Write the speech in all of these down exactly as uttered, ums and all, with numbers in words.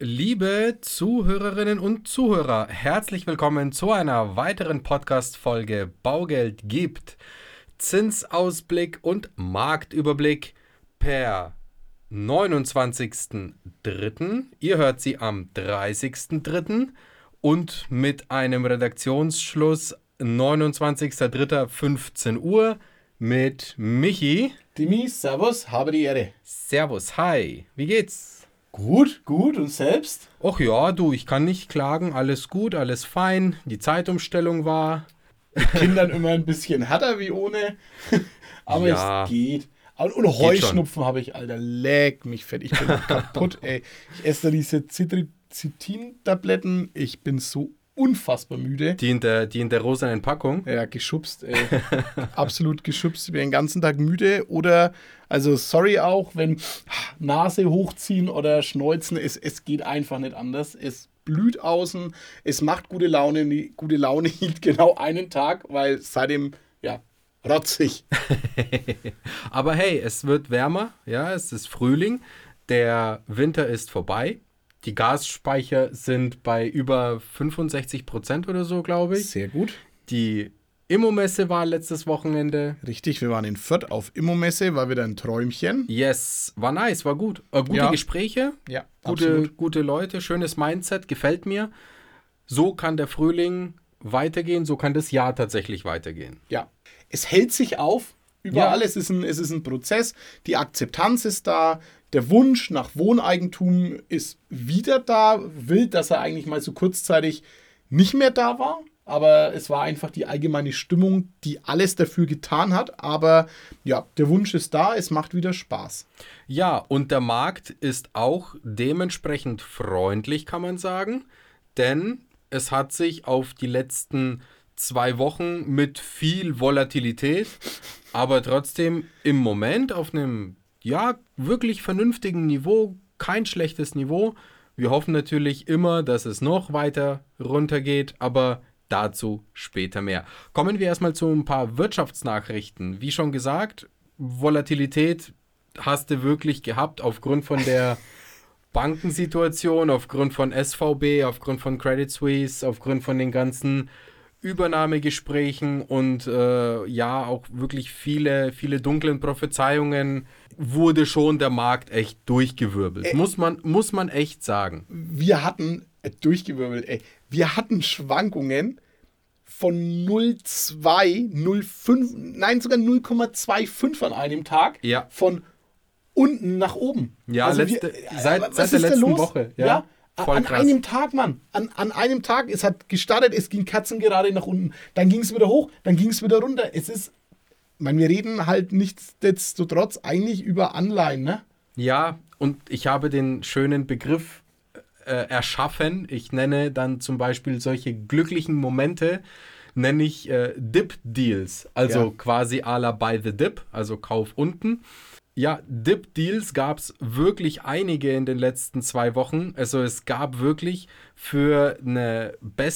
Liebe Zuhörerinnen und Zuhörer, herzlich willkommen zu einer weiteren Podcast-Folge Baugeld gibt. Zinsausblick und Marktüberblick per neunundzwanzigsten dritten Ihr hört sie am dreißigsten dritten und mit einem Redaktionsschluss neunundzwanzigster dritter fünfzehn Uhr mit Michi. Dimi, servus, habe die Ehre. Servus, hi, wie geht's? Gut, gut, und selbst? Och ja, du, ich kann nicht klagen, alles gut, alles fein. Die Zeitumstellung war... Mit Kindern immer ein bisschen härter wie ohne, aber ja. Es geht. Und Heuschnupfen habe ich, Alter, leck mich fett, ich bin kaputt, ey. Ich esse da diese Cetirizin-Tabletten, ich bin so unfassbar müde. Die in der, die in der rosanen Packung? Ja, geschubst, ey. Absolut geschubst. Ich bin den ganzen Tag müde oder, also sorry auch, wenn Nase hochziehen oder schneuzen, es, es geht einfach nicht anders. Es blüht außen, es macht gute Laune. Die gute Laune hielt genau einen Tag, weil seitdem, ja, rotzig. Aber hey, es wird wärmer, ja, es ist Frühling, der Winter ist vorbei. Die Gasspeicher sind bei über fünfundsechzig Prozent oder so, glaube ich. Sehr gut. Die Immomesse war letztes Wochenende. Richtig, wir waren in Fürth auf Immomesse, war wieder ein Träumchen. Yes, war nice, war gut. Äh, gute ja. Gespräche, ja, gute, gute Leute, schönes Mindset, gefällt mir. So kann der Frühling weitergehen, so kann das Jahr tatsächlich weitergehen. Ja, es hält sich auf, überall. Ja. Es ist ein, es ist ein Prozess, die Akzeptanz ist da. Der Wunsch nach Wohneigentum ist wieder da. Wild, dass er eigentlich mal so kurzzeitig nicht mehr da war. Aber es war einfach die allgemeine Stimmung, die alles dafür getan hat. Aber ja, der Wunsch ist da. Es macht wieder Spaß. Ja, und der Markt ist auch dementsprechend freundlich, kann man sagen. Denn es hat sich auf die letzten zwei Wochen mit viel Volatilität, aber trotzdem im Moment auf einem ja, wirklich vernünftigen Niveau, kein schlechtes Niveau. Wir hoffen natürlich immer, dass es noch weiter runtergeht, aber dazu später mehr. Kommen wir erstmal zu ein paar Wirtschaftsnachrichten. Wie schon gesagt, Volatilität hast du wirklich gehabt aufgrund von der Bankensituation, aufgrund von S V B, aufgrund von Credit Suisse, aufgrund von den ganzen Übernahmegesprächen und äh, ja, auch wirklich viele, viele dunklen Prophezeiungen wurde schon der Markt echt durchgewirbelt. Ey, muss man, muss man echt sagen. Wir hatten, äh, durchgewirbelt, ey, wir hatten Schwankungen von null Komma zwei, null Komma fünf, nein, sogar null Komma fünfundzwanzig an einem Tag. Ja. Von unten nach oben. Ja, also letzte, wir, seit, seit der letzten Woche. Ja. ja? Voll an krass. einem Tag, Mann. An, an einem Tag. Es hat gestartet, es ging katzengerade nach unten. Dann ging es wieder hoch, dann ging es wieder runter. Es ist, ich meine, wir reden halt nichtsdestotrotz eigentlich über Anleihen, ne? Ja, und ich habe den schönen Begriff äh, erschaffen. Ich nenne dann zum Beispiel solche glücklichen Momente, nenne ich äh, Dip-Deals. Also ja. quasi à la Buy the Dip, also Kauf unten. Ja, Dip-Deals gab es wirklich einige in den letzten zwei Wochen. Also es gab wirklich für eine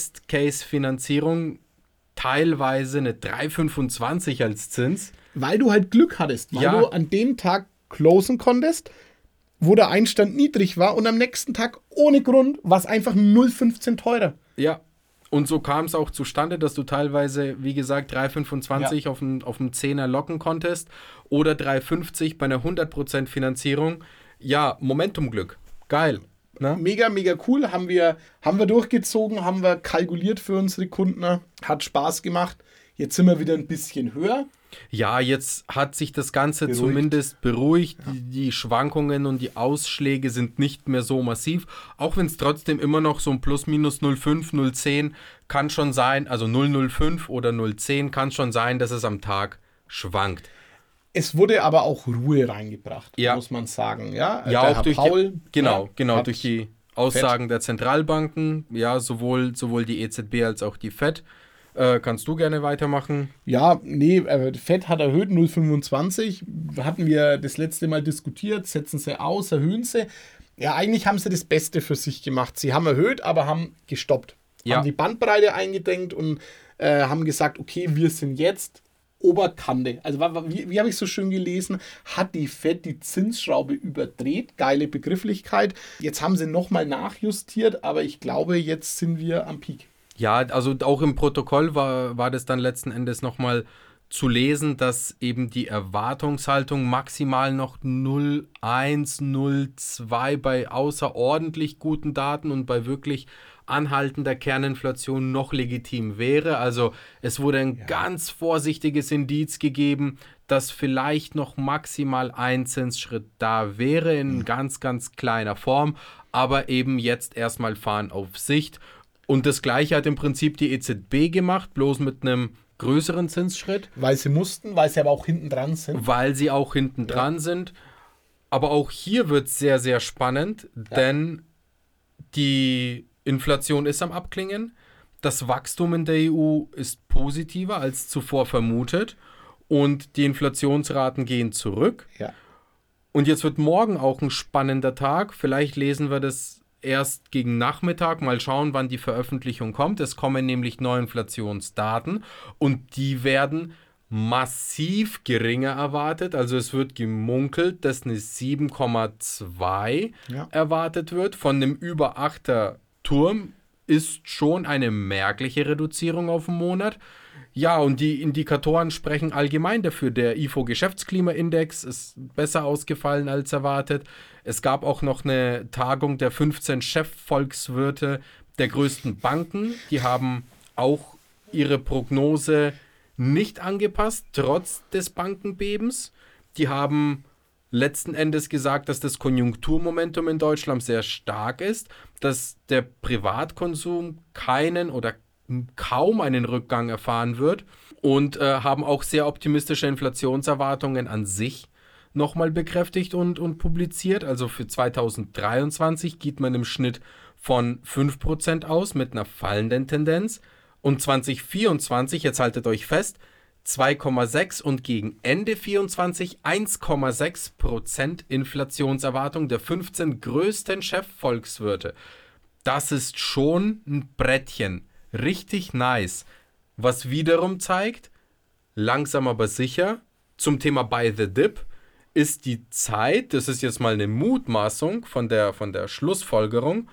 Best-Case-Finanzierung teilweise eine drei Komma fünfundzwanzig als Zins. Weil du halt Glück hattest, weil ja. du an dem Tag closen konntest, wo der Einstand niedrig war und am nächsten Tag ohne Grund war es einfach null Komma fünfzehn teurer. Ja. Und so kam es auch zustande, dass du teilweise, wie gesagt, drei Komma fünfundzwanzig ja. auf dem auf dem Zehner locken konntest oder drei Komma fünfzig bei einer hundert Prozent Finanzierung. Ja, Momentumglück. Geil. Ne? Mega, mega cool. Haben wir, haben wir durchgezogen, haben wir kalkuliert für unsere Kunden. Hat Spaß gemacht. Jetzt sind wir wieder ein bisschen höher. Ja, jetzt hat sich das Ganze beruhigt. zumindest beruhigt. Ja. Die, die Schwankungen und die Ausschläge sind nicht mehr so massiv. Auch wenn es trotzdem immer noch so ein Plus minus null Komma fünf, null Komma zehn kann schon sein, also null Komma null fünf oder null Komma zehn kann schon sein, dass es am Tag schwankt. Es wurde aber auch Ruhe reingebracht, ja. muss man sagen. Ja, ja der auch Herr durch Paul, die, genau, ja, genau durch die Aussagen Fed. der Zentralbanken, ja, sowohl, sowohl die E Z B als auch die Fed. Äh, kannst du gerne weitermachen? Ja, nee, äh, Fed hat erhöht null Komma fünfundzwanzig. Hatten wir das letzte Mal diskutiert. Setzen sie aus, erhöhen sie. Ja, eigentlich haben sie das Beste für sich gemacht. Sie haben erhöht, aber haben gestoppt. Ja. Haben die Bandbreite eingedenkt und äh, haben gesagt, okay, wir sind jetzt Oberkante. Also wie, wie habe ich so schön gelesen, hat die Fed die Zinsschraube überdreht. Geile Begrifflichkeit. Jetzt haben sie nochmal nachjustiert, aber ich glaube, jetzt sind wir am Peak. Ja, also auch im Protokoll war, war das dann letzten Endes nochmal zu lesen, dass eben die Erwartungshaltung maximal noch null Komma eins, null Komma zwei bei außerordentlich guten Daten und bei wirklich anhaltender Kerninflation noch legitim wäre. Also es wurde ein ja. ganz vorsichtiges Indiz gegeben, dass vielleicht noch maximal ein Zinsschritt da wäre in mhm. ganz, ganz kleiner Form, aber eben jetzt erstmal fahren auf Sicht. Und das Gleiche hat im Prinzip die E Z B gemacht, bloß mit einem größeren Zinsschritt. Weil sie mussten, weil sie aber auch hinten dran sind. Weil sie auch hinten ja. dran sind. Aber auch hier wird es sehr, sehr spannend, ja. denn die Inflation ist am Abklingen. Das Wachstum in der E U ist positiver als zuvor vermutet. Und die Inflationsraten gehen zurück. Ja. Und jetzt wird morgen auch ein spannender Tag. Vielleicht lesen wir das erst gegen Nachmittag. Mal schauen, wann die Veröffentlichung kommt. Es kommen nämlich neue Inflationsdaten und die werden massiv geringer erwartet. Also es wird gemunkelt, dass eine sieben Komma zwei ja. erwartet wird. Von dem über achter Turm ist schon eine merkliche Reduzierung auf den Monat. Ja, und die Indikatoren sprechen allgemein dafür. Der I F O-Geschäftsklimaindex ist besser ausgefallen als erwartet. Es gab auch noch eine Tagung der fünfzehn Chefvolkswirte der größten Banken. Die haben auch ihre Prognose nicht angepasst, trotz des Bankenbebens. Die haben letzten Endes gesagt, dass das Konjunkturmomentum in Deutschland sehr stark ist, dass der Privatkonsum keinen oder kaum einen Rückgang erfahren wird und äh, haben auch sehr optimistische Inflationserwartungen an sich nochmal bekräftigt und, und publiziert. Also für zweitausenddreiundzwanzig geht man im Schnitt von fünf Prozent aus mit einer fallenden Tendenz und zwanzig vierundzwanzig, jetzt haltet euch fest, zwei Komma sechs und gegen Ende vierundzwanzig eins Komma sechs Prozent Inflationserwartung der fünfzehn größten Chefvolkswirte. Das ist schon ein Brettchen. Richtig nice. Was wiederum zeigt, langsam aber sicher, zum Thema Buy the Dip, ist die Zeit, das ist jetzt mal eine Mutmaßung von der, von der Schlussfolgerung,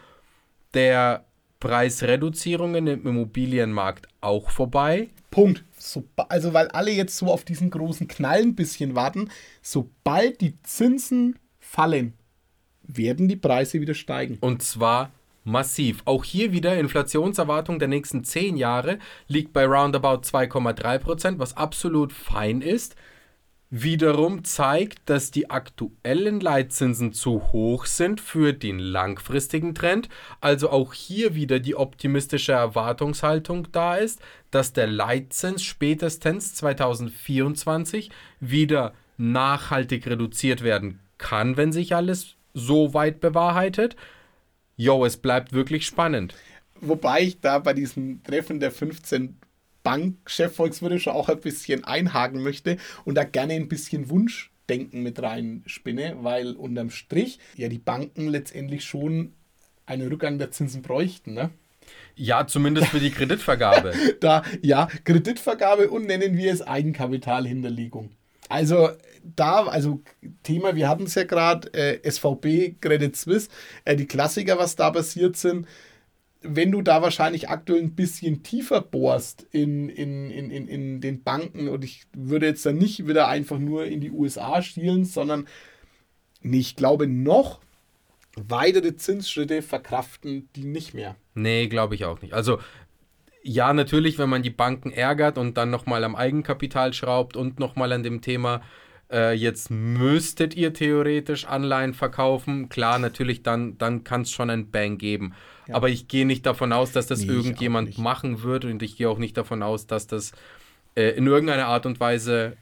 der Preisreduzierungen im Immobilienmarkt auch vorbei. Punkt. So, also weil alle jetzt so auf diesen großen Knall ein bisschen warten, sobald die Zinsen fallen, werden die Preise wieder steigen. Und zwar massiv. Auch hier wieder Inflationserwartung der nächsten zehn Jahre liegt bei roundabout zwei Komma drei Prozent, was absolut fein ist. Wiederum zeigt, dass die aktuellen Leitzinsen zu hoch sind für den langfristigen Trend. Also auch hier wieder die optimistische Erwartungshaltung da ist, dass der Leitzins spätestens zweitausendvierundzwanzig wieder nachhaltig reduziert werden kann, wenn sich alles so weit bewahrheitet. Jo, es bleibt wirklich spannend. Wobei ich da bei diesem Treffen der fünfzehn Bankchefvolkswirte schon auch ein bisschen einhaken möchte und da gerne ein bisschen Wunschdenken mit reinspinne, weil unterm Strich ja die Banken letztendlich schon einen Rückgang der Zinsen bräuchten, ne? Ja, zumindest für die Kreditvergabe. da, ja, Kreditvergabe und nennen wir es Eigenkapitalhinterlegung. Also da, also Thema, wir hatten es ja gerade, äh, S V B, Credit Suisse, äh, die Klassiker, was da passiert sind. Wenn du da wahrscheinlich aktuell ein bisschen tiefer bohrst in, in, in, in, in den Banken und ich würde jetzt dann nicht wieder einfach nur in die U S A schielen, sondern nee, ich glaube noch weitere Zinsschritte verkraften die nicht mehr. Nee, glaube ich auch nicht. Also ja, natürlich, wenn man die Banken ärgert und dann nochmal am Eigenkapital schraubt und nochmal an dem Thema, äh, jetzt müsstet ihr theoretisch Anleihen verkaufen. Klar, natürlich, dann, dann kann es schon ein Bang geben. Ja. Aber ich gehe nicht davon aus, dass das nee, irgendjemand machen wird und ich gehe auch nicht davon aus, dass das äh, in irgendeiner Art und Weise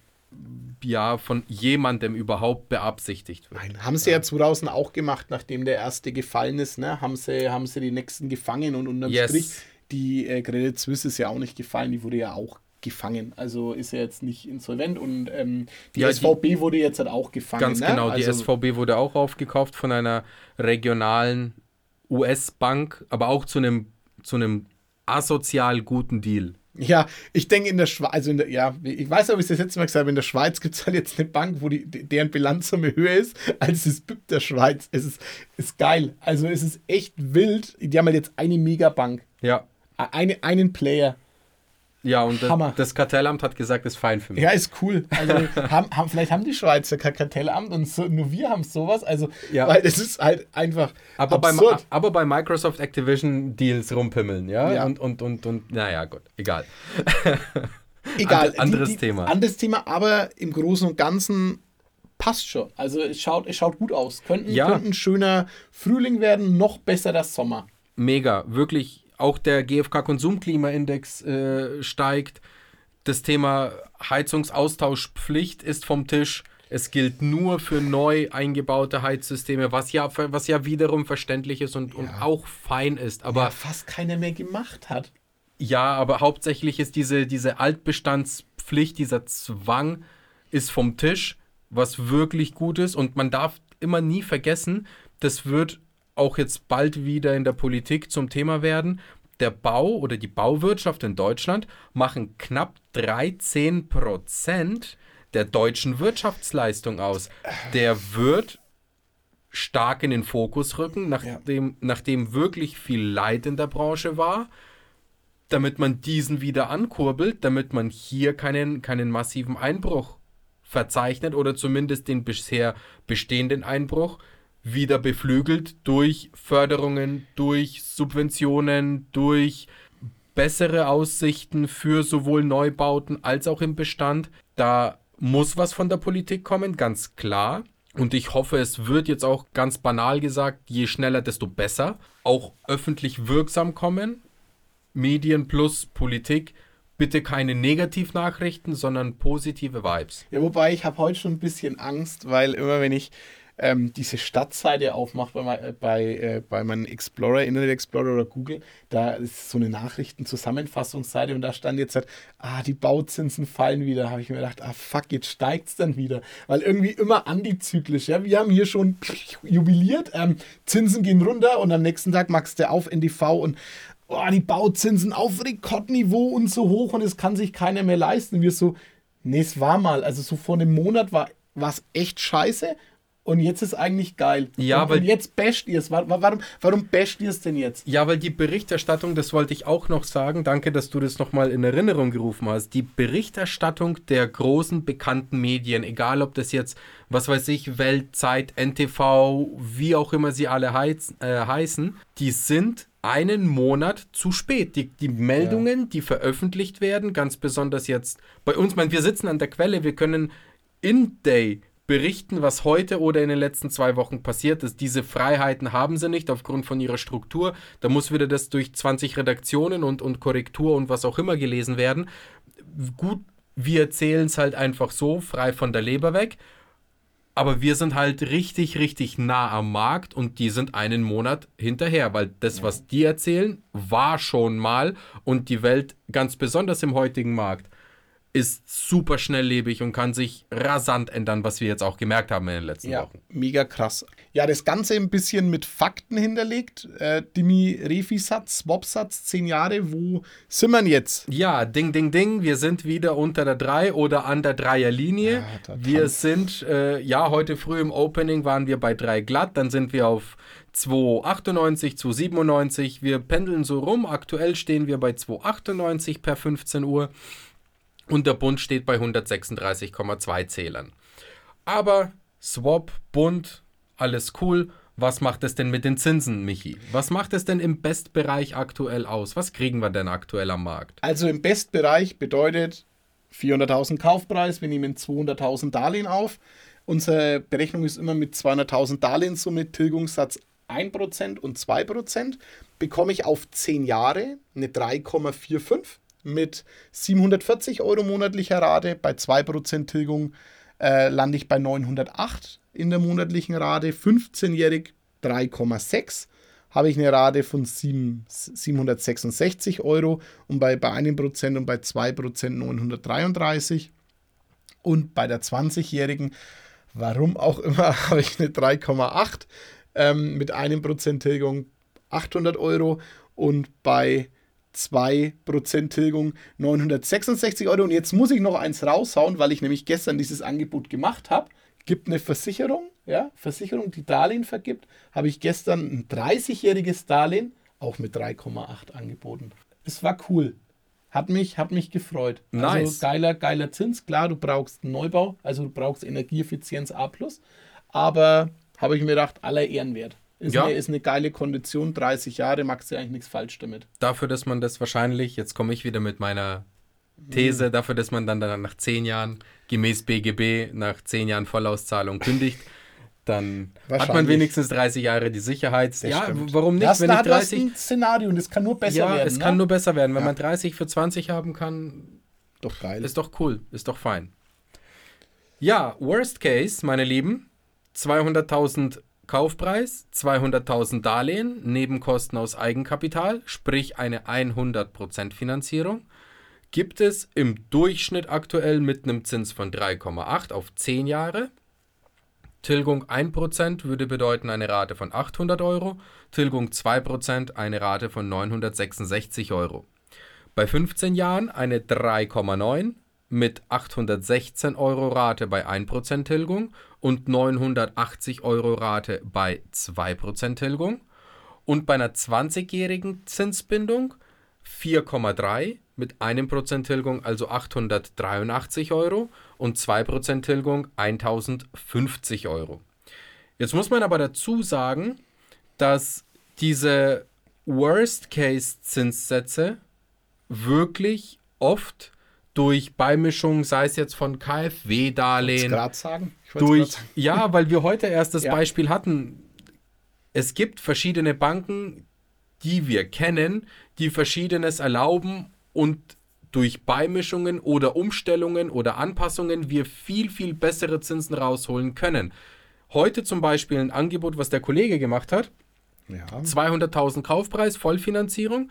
ja von jemandem überhaupt beabsichtigt wird. Nein, haben sie ja, ja draußen auch gemacht, nachdem der erste gefallen ist, ne? Haben sie, haben sie die nächsten gefangen und unterm yes. Strich die äh, Credit Suisse ist ja auch nicht gefallen, die wurde ja auch gefangen. Also ist ja jetzt nicht insolvent und ähm, die ja, S V B die, wurde jetzt halt auch gefangen. Ganz ne? genau, die also, S V B wurde auch aufgekauft von einer regionalen U S-Bank, aber auch zu einem zu einem asozial guten Deal. Ja, ich denke in der Schweiz, also in der, ja, ich weiß nicht, ob ich das letzte Mal gesagt habe, in der Schweiz gibt es halt jetzt eine Bank, wo die, deren Bilanzsumme höher ist als das B I P der Schweiz. Es ist, ist geil. Also es ist echt wild. Die haben halt jetzt eine Megabank. Ja. Eine, einen Player. Ja, und Hammer. das, das Kartellamt hat gesagt, ist fein für mich. Ja, ist cool. Also haben, haben, vielleicht haben die Schweizer kein Kartellamt und so, nur wir haben sowas. Also, Ja. weil es ist halt einfach Aber bei, absurd. aber bei Microsoft Activision Deals rumpimmeln, ja? Ja. Und, und, und, und, naja, gut, egal. Egal. And, anderes die, die, Thema. Anderes Thema, aber im Großen und Ganzen passt schon. Also es schaut, es schaut gut aus. Könnten, Ja. könnte ein schöner Frühling werden, noch besser das Sommer. Mega, wirklich. Auch der G F K-Konsumklimaindex äh, steigt. Das Thema Heizungsaustauschpflicht ist vom Tisch. Es gilt nur für neu eingebaute Heizsysteme, was ja, was ja wiederum verständlich ist und, Ja. und auch fein ist. Aber Ja, fast keiner mehr gemacht hat. ja, aber hauptsächlich ist diese, diese Altbestandspflicht, dieser Zwang ist vom Tisch, was wirklich gut ist. Und man darf immer nie vergessen, das wird auch jetzt bald wieder in der Politik zum Thema werden. Der Bau oder die Bauwirtschaft in Deutschland machen knapp dreizehn Prozent der deutschen Wirtschaftsleistung aus. Der wird stark in den Fokus rücken, nachdem, nachdem wirklich viel Leid in der Branche war, damit man diesen wieder ankurbelt, damit man hier keinen, keinen massiven Einbruch verzeichnet oder zumindest den bisher bestehenden Einbruch wieder beflügelt durch Förderungen, durch Subventionen, durch bessere Aussichten für sowohl Neubauten als auch im Bestand. Da muss was von der Politik kommen, ganz klar. Und ich hoffe, es wird jetzt auch ganz banal gesagt, je schneller, desto besser. Auch öffentlich wirksam kommen. Medien plus Politik. Bitte keine Negativnachrichten, sondern positive Vibes. Ja, wobei ich habe heute schon ein bisschen Angst, weil immer wenn ich ähm, diese Stadtseite aufmache bei, mein, bei, äh, bei meinem Explorer, Internet Explorer oder Google, da ist so eine Nachrichtenzusammenfassungsseite und da stand jetzt halt, ah, die Bauzinsen fallen wieder. Habe ich mir gedacht, ah fuck, jetzt steigt es dann wieder. Weil irgendwie immer antizyklisch. Ja? Wir haben hier schon jubiliert, ähm, Zinsen gehen runter und am nächsten Tag machst du auf N D V und oh, die Bauzinsen auf Rekordniveau und so hoch und es kann sich keiner mehr leisten. Wir so, nee, es war mal, also so vor einem Monat war es echt scheiße und jetzt ist eigentlich geil. Ja, und, weil und jetzt basht ihr es. Warum, warum basht ihr es denn jetzt? Ja, weil die Berichterstattung, das wollte ich auch noch sagen, danke, dass du das nochmal in Erinnerung gerufen hast, die Berichterstattung der großen bekannten Medien, egal ob das jetzt, was weiß ich, Welt, Zeit, N T V, wie auch immer sie alle heiz, äh, heißen, die sind einen Monat zu spät. Die, die Meldungen, ja. die veröffentlicht werden, ganz besonders jetzt bei uns, man, wir sitzen an der Quelle, wir können in-day berichten, was heute oder in den letzten zwei Wochen passiert ist. Diese Freiheiten haben sie nicht aufgrund von ihrer Struktur. Da muss wieder das durch zwanzig Redaktionen und, und Korrektur und was auch immer gelesen werden. Gut, wir erzählen es halt einfach so, frei von der Leber weg. Aber wir sind halt richtig, richtig nah am Markt und die sind einen Monat hinterher, weil das, was die erzählen, war schon mal und die Welt, ganz besonders im heutigen Markt, ist super schnelllebig und kann sich rasant ändern, was wir jetzt auch gemerkt haben in den letzten ja, Wochen. Mega krass. Ja, das Ganze ein bisschen mit Fakten hinterlegt. Äh, Dimi Refi-Satz, Swap-Satz, zehn Jahre, wo sind wir jetzt? Ja, ding, ding, ding, wir sind wieder unter der drei oder an der Dreierlinie. Ja, wir sind, äh, ja, heute früh im Opening waren wir bei drei glatt, dann sind wir auf zwei achtundneunzig, zwei siebenundneunzig, wir pendeln so rum, aktuell stehen wir bei zwei achtundneunzig per fünfzehn Uhr. Und der Bund steht bei hundertsechsunddreißig Komma zwei Zählern. Aber Swap, Bund, alles cool. Was macht es denn mit den Zinsen, Michi? Was macht es denn im Bestbereich aktuell aus? Was kriegen wir denn aktuell am Markt? Also im Bestbereich bedeutet vierhunderttausend Kaufpreis. Wir nehmen zweihunderttausend Darlehen auf. Unsere Berechnung ist immer mit zweihunderttausend Darlehenssumme, Tilgungssatz ein Prozent und zwei Prozent. Bekomme ich auf zehn Jahre eine drei Komma fünfundvierzig. Mit siebenhundertvierzig Euro monatlicher Rate, bei zwei Prozent Tilgung äh, lande ich bei neunhundertacht in der monatlichen Rate. fünfzehnjährig drei Komma sechs habe ich eine Rate von siebenhundertsechsundsechzig Euro und bei, bei einem Prozent und bei zwei Prozent neunhundertdreiunddreißig. Und bei der zwanzigjährigen, warum auch immer, habe ich eine drei Komma acht ähm, mit einem Prozent Tilgung achthundert Euro und bei zwei Prozent Tilgung neunhundertsechsundsechzig Euro. Und jetzt muss ich noch eins raushauen, weil ich nämlich gestern dieses Angebot gemacht habe. Gibt eine Versicherung, ja, Versicherung, die Darlehen vergibt, habe ich gestern ein dreißigjähriges Darlehen auch mit drei Komma acht angeboten. Es war cool. Hat mich, hat mich gefreut. Nice. Also geiler, geiler Zins. Klar, du brauchst einen Neubau, also du brauchst Energieeffizienz A plus. Aber habe ich mir gedacht, aller Ehren wert. Ist, ja. eine, ist eine geile Kondition, dreißig Jahre, machst du eigentlich nichts falsch damit. Dafür, dass man das wahrscheinlich, jetzt komme ich wieder mit meiner These, mhm. dafür, dass man dann, dann nach zehn Jahren gemäß B G B, nach zehn Jahren Vollauszahlung kündigt, dann hat man wenigstens dreißig Jahre die Sicherheit. Das ja, stimmt. Warum nicht? Das wenn ich hat dreißig, ein Szenario und es kann nur besser ja, werden. Ja, es ne? kann nur besser werden. Wenn ja. man dreißig für zwanzig haben kann, doch geil. Ist doch cool, ist doch fein. Ja, Worst Case, meine Lieben, zweihunderttausend Kaufpreis, zweihunderttausend Darlehen, Nebenkosten aus Eigenkapital, sprich eine hundert Prozent Finanzierung, gibt es im Durchschnitt aktuell mit einem Zins von drei Komma acht auf zehn Jahre. Tilgung ein Prozent würde bedeuten eine Rate von achthundert Euro, Tilgung zwei Prozent eine Rate von neunhundertsechsundsechzig Euro. Bei fünfzehn Jahren eine drei Komma neun mit achthundertsechzehn Euro Rate bei ein Prozent Tilgung und neunhundertachtzig Euro Rate bei zwei Prozent Tilgung. Und bei einer zwanzigjährigen Zinsbindung vier Komma drei mit einem Prozent Tilgung, also achthundertdreiundachtzig Euro und zwei Prozent Tilgung eintausendfünfzig Euro. Jetzt muss man aber dazu sagen, dass diese Worst-Case-Zinssätze wirklich oft durch Beimischung, sei es jetzt von K f W-Darlehen, gerade sagen. Ich durch, sagen. ja, weil wir heute erst das ja. Beispiel hatten. Es gibt verschiedene Banken, die wir kennen, die Verschiedenes erlauben und durch Beimischungen oder Umstellungen oder Anpassungen wir viel, viel bessere Zinsen rausholen können. Heute zum Beispiel ein Angebot, was der Kollege gemacht hat, ja. zweihunderttausend Kaufpreis, Vollfinanzierung,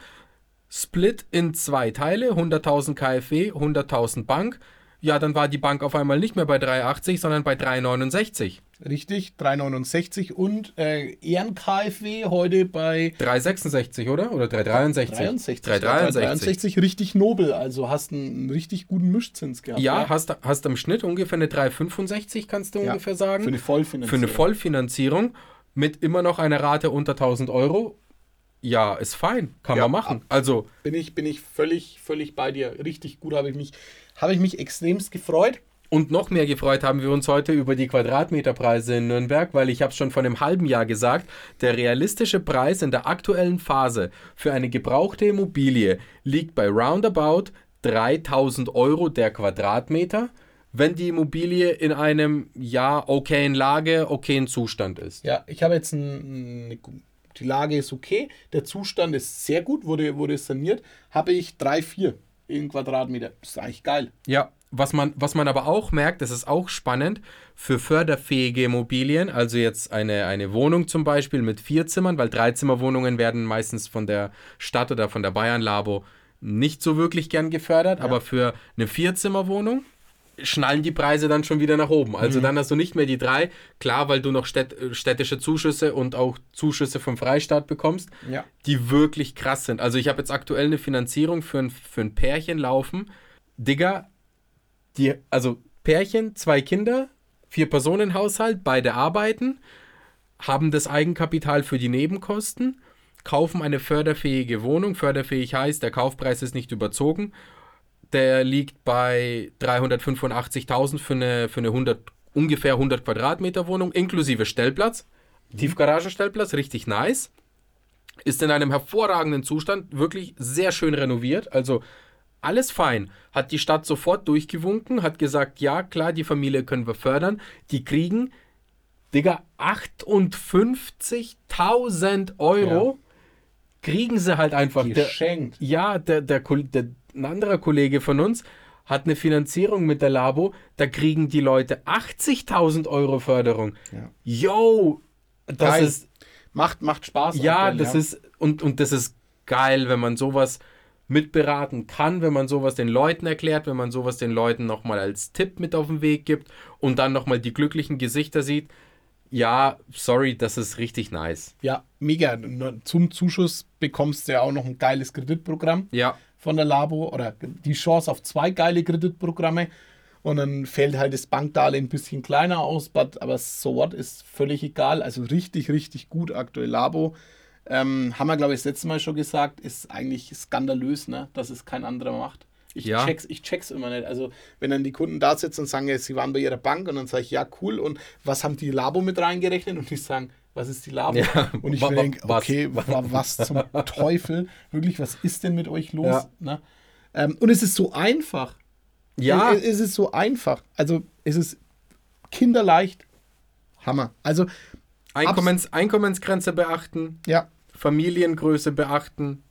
Split in zwei Teile, hunderttausend K f W, hunderttausend Bank. Ja, dann war die Bank auf einmal nicht mehr bei drei Komma achtzig, sondern bei drei Komma neunundsechzig. Richtig, drei Komma neunundsechzig und äh, Ehren-K f W heute bei drei Komma sechsundsechzig, oder? Oder drei Komma dreiundsechzig? dreiundsechzig. drei Komma dreiundsechzig. drei Komma dreiundsechzig, richtig nobel. Also hast einen, einen richtig guten Mischzins gehabt. Ja, ja. Hast, hast im Schnitt ungefähr eine drei Komma fünfundsechzig, kannst du ja, ungefähr sagen. Für eine Vollfinanzierung. Für eine Vollfinanzierung mit immer noch einer Rate unter tausend Euro. Ja, ist fein, kann ja, man machen. Also bin ich, bin ich völlig, völlig bei dir. Richtig gut, habe ich mich, habe ich mich extremst gefreut. Und noch mehr gefreut haben wir uns heute über die Quadratmeterpreise in Nürnberg, weil ich habe es schon vor einem halben Jahr gesagt, der realistische Preis in der aktuellen Phase für eine gebrauchte Immobilie liegt bei roundabout dreitausend Euro der Quadratmeter, wenn die Immobilie in einem, ja, okayen Lage, okayen Zustand ist. Ja, ich habe jetzt ein, eine... Die Lage ist okay, der Zustand ist sehr gut, wurde, wurde saniert, habe ich drei, vier in Quadratmeter. Das ist eigentlich geil. Ja, was man, was man aber auch merkt, das ist auch spannend, für förderfähige Immobilien, also jetzt eine, eine Wohnung zum Beispiel mit vier Zimmern, weil Dreizimmerwohnungen werden meistens von der Stadt oder von der Bayern Labo nicht so wirklich gern gefördert, ja. Aber für eine Vierzimmerwohnung schnallen die Preise dann schon wieder nach oben. Also mhm. dann hast du nicht mehr die drei, klar, weil du noch städt, städtische Zuschüsse und auch Zuschüsse vom Freistaat bekommst, ja. die wirklich krass sind. Also ich habe jetzt aktuell eine Finanzierung für ein, für ein Pärchen laufen. Digga, die, also Pärchen, zwei Kinder, Vier-Personen-Haushalt, beide arbeiten, haben das Eigenkapital für die Nebenkosten, kaufen eine förderfähige Wohnung. Förderfähig heißt, der Kaufpreis ist nicht überzogen. Der liegt bei dreihundertfünfundachtzigtausend für eine, für eine hundert, ungefähr hundert Quadratmeter Wohnung, inklusive Stellplatz. Mhm. Tiefgaragenstellplatz, richtig nice. Ist in einem hervorragenden Zustand, wirklich sehr schön renoviert. Also alles fein. Hat die Stadt sofort durchgewunken, hat gesagt, ja klar, die Familie können wir fördern. Die kriegen, Digga, achtundfünfzigtausend Euro. Ja. Kriegen sie halt einfach. Geschenkt. Der, ja, der, der, der ein anderer Kollege von uns hat eine Finanzierung mit der Labo, da kriegen die Leute achtzigtausend Euro Förderung. Ja. Yo, das geil. Ist... Macht, macht Spaß. Ja, aktuell, das ja. ist, und, und das ist geil, wenn man sowas mitberaten kann, wenn man sowas den Leuten erklärt, wenn man sowas den Leuten nochmal als Tipp mit auf den Weg gibt und dann nochmal die glücklichen Gesichter sieht. Ja, sorry, das ist richtig nice. Ja, mega. Zum Zuschuss bekommst du ja auch noch ein geiles Kreditprogramm Ja. von der Labo oder die Chance auf zwei geile Kreditprogramme. Und dann fällt halt das Bankdarlehen ein bisschen kleiner aus, but, aber so what, ist völlig egal. Also richtig, richtig gut aktuell Labo. Ähm, haben wir, glaube ich, das letzte Mal schon gesagt, ist eigentlich skandalös, ne, dass es kein anderer macht. Ich, Ja. check's, ich check's immer nicht. Also, wenn dann die Kunden da sitzen und sagen, ja, sie waren bei ihrer Bank und dann sage ich, ja, cool. Und was haben die Labo mit reingerechnet? Und die sagen, was ist die Labo? Ja, Und ich wa- mir wa- denke, was? okay, wa- was zum Teufel? Wirklich, was ist denn mit euch los? Ja. Ne? Ähm, und es ist so einfach. Ja, Es, es ist so einfach. Also, es ist kinderleicht. Hammer. Also, Einkommens, Einkommensgrenze beachten, ja, Familiengröße beachten,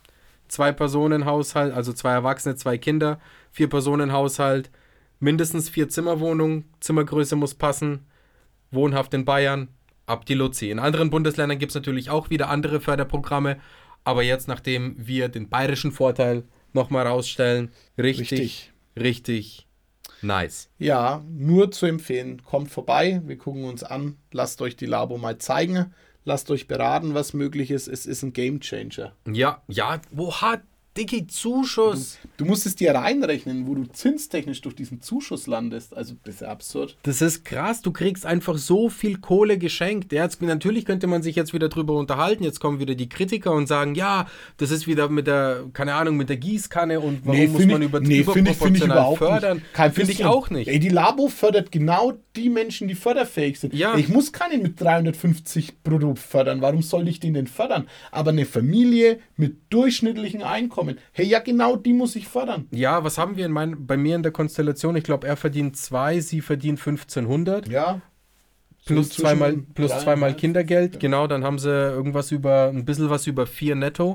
Zwei-Personen-Haushalt, also zwei Erwachsene, zwei Kinder, Vier-Personen-Haushalt, mindestens vier Zimmerwohnungen, Zimmergröße muss passen, wohnhaft in Bayern, ab die Luzi. In anderen Bundesländern gibt es natürlich auch wieder andere Förderprogramme, aber jetzt, nachdem wir den bayerischen Vorteil nochmal rausstellen, richtig, Richtig. richtig, nice. ja, nur zu empfehlen. Kommt vorbei, wir gucken uns an. Lasst euch die Labo mal zeigen. Lasst euch beraten, was möglich ist. Es ist ein Gamechanger. Ja, ja, wo hat Diggi Zuschuss? Du musst es dir reinrechnen, wo du zinstechnisch durch diesen Zuschuss landest. Also, das ist ja absurd. Das ist krass, du kriegst einfach so viel Kohle geschenkt. Ja, jetzt, natürlich könnte man sich jetzt wieder drüber unterhalten. Jetzt kommen wieder die Kritiker und sagen, ja, das ist wieder mit der, keine Ahnung, mit der Gießkanne und warum Nee, muss find man ich- über, nee, find ich- find ich überproportional überhaupt fördern? nicht. Kein Finde ich bisschen. auch nicht. Ey, die Labo fördert genau die Menschen, die förderfähig sind. Ja. Ich muss keinen mit dreihundertfünfzig brutto fördern. Warum soll ich den denn fördern? Aber eine Familie mit durchschnittlichem Einkommen, hey, ja, genau die muss ich fördern. Ja, was haben wir in mein, bei mir in der Konstellation? Ich glaube, er verdient zwei, sie verdient fünfzehnhundert. Ja. Plus So zweimal, zwischen plus drei zweimal und Kindergeld, genau, dann haben sie irgendwas über, ein bisschen was über vier netto.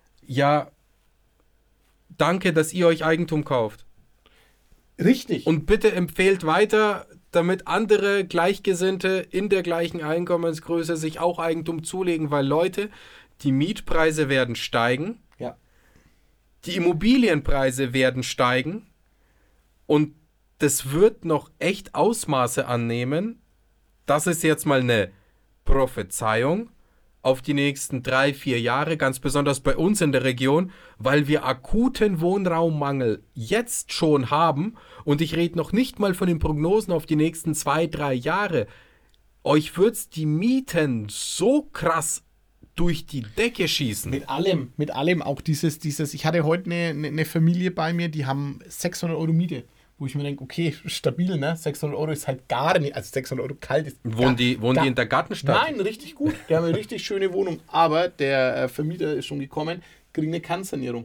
Ja, danke, dass ihr euch Eigentum kauft. Richtig. Und bitte empfehlt weiter, damit andere Gleichgesinnte in der gleichen Einkommensgröße sich auch Eigentum zulegen, weil Leute, die Mietpreise werden steigen, ja. die Immobilienpreise werden steigen und das wird noch echt Ausmaße annehmen. Das ist jetzt mal eine Prophezeiung auf die nächsten drei, vier Jahre, ganz besonders bei uns in der Region, weil wir akuten Wohnraummangel jetzt schon haben und ich rede noch nicht mal von den Prognosen auf die nächsten zwei, drei Jahre. Euch wird's die Mieten so krass durch die Decke schießen. Mit allem, mit allem, auch dieses, dieses, ich hatte heute eine, eine, eine Familie bei mir, die haben sechshundert Euro Miete, wo ich mir denke, okay, stabil, ne, sechshundert Euro ist halt gar nicht, also sechshundert Euro kalt ist Wohnen gar, die, wohnen gar, die in der Gartenstadt? Nein, richtig gut, die haben eine richtig schöne Wohnung, aber der äh, Vermieter ist schon gekommen, kriegt eine Kernsanierung,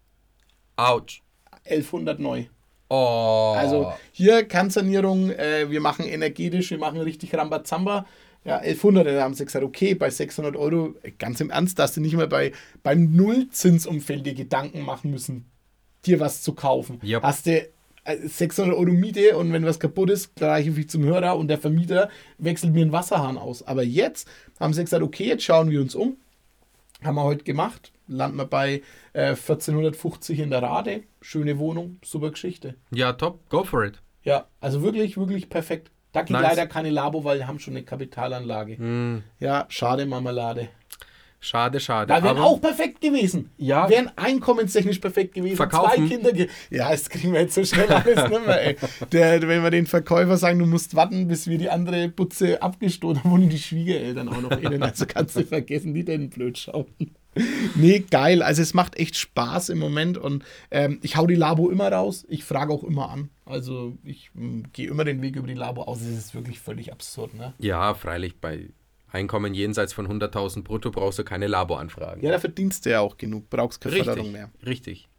Autsch. elfhundert neu. Oh. Also hier Kernsanierung, äh, wir machen energetisch, wir machen richtig Rambazamba. Ja, elfhundert, da haben sie gesagt, okay, bei sechshundert Euro, ganz im Ernst, dass du nicht mehr bei, beim Nullzinsumfeld dir Gedanken machen müssen, dir was zu kaufen. Yep. Hast du äh, sechshundert Euro Miete und wenn was kaputt ist, gleich ich zum Hörer und der Vermieter wechselt mir einen Wasserhahn aus. Aber jetzt haben sie gesagt, okay, jetzt schauen wir uns um. Haben wir heute gemacht. Landen wir bei äh, vierzehnhundertfünfzig in der Rade. Schöne Wohnung, super Geschichte. Ja, top, go for it. Ja, also wirklich, wirklich perfekt. Da geht Nice. leider keine Labo, weil wir haben schon eine Kapitalanlage. Hm, Ja, schade Marmelade. schade, schade. Da wären aber- auch perfekt gewesen. Ja. Wären einkommenstechnisch perfekt gewesen. Verkaufen. Zwei Kinder. Ge ja, das kriegen wir jetzt so schnell alles nicht mehr, ey. Der, wenn wir den Verkäufer sagen, du musst warten, bis wir die andere Butze abgestohlen haben, wohnen die Schwiegereltern auch noch innen. Also kannst du vergessen, die denn blöd schauen. Nee, geil. Also es macht echt Spaß im Moment und ähm, ich hau die Labo immer raus. Ich frage auch immer an. Also ich gehe immer den Weg über die Labo aus. Es ist wirklich völlig absurd, ne? Ja, freilich, bei Einkommen jenseits von hunderttausend brutto brauchst du keine Labo-Anfragen. Ja, da verdienst du ja auch genug. Brauchst keine Förderung richtig, mehr. richtig.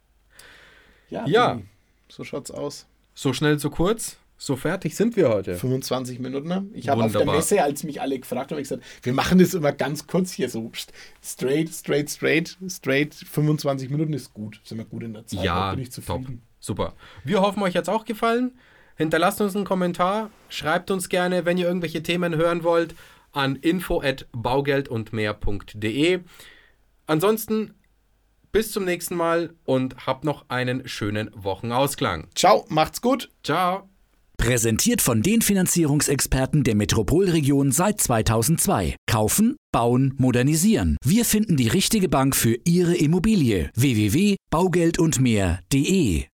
Ja, Ja. Benni, so schaut's aus. So schnell, so kurz, so fertig sind wir heute. fünfundzwanzig Minuten. Ne? Ich habe auf der Wunderbar. Messe, als mich alle gefragt haben, gesagt, wir machen das immer ganz kurz hier so straight, straight, straight, straight. fünfundzwanzig Minuten ist gut. Sind wir gut in der Zeit. Ja, da bin ich top. zufrieden. Super. Wir hoffen, euch hat es auch gefallen. Hinterlasst uns einen Kommentar. Schreibt uns gerne, wenn ihr irgendwelche Themen hören wollt, an info at baugeldundmehr.de. Ansonsten bis zum nächsten Mal und habt noch einen schönen Wochenausklang. Ciao, macht's gut. Ciao. Präsentiert von den Finanzierungsexperten der Metropolregion seit zweitausendzwei. Kaufen, bauen, modernisieren. Wir finden die richtige Bank für Ihre Immobilie. w w w punkt baugeldundmehr punkt de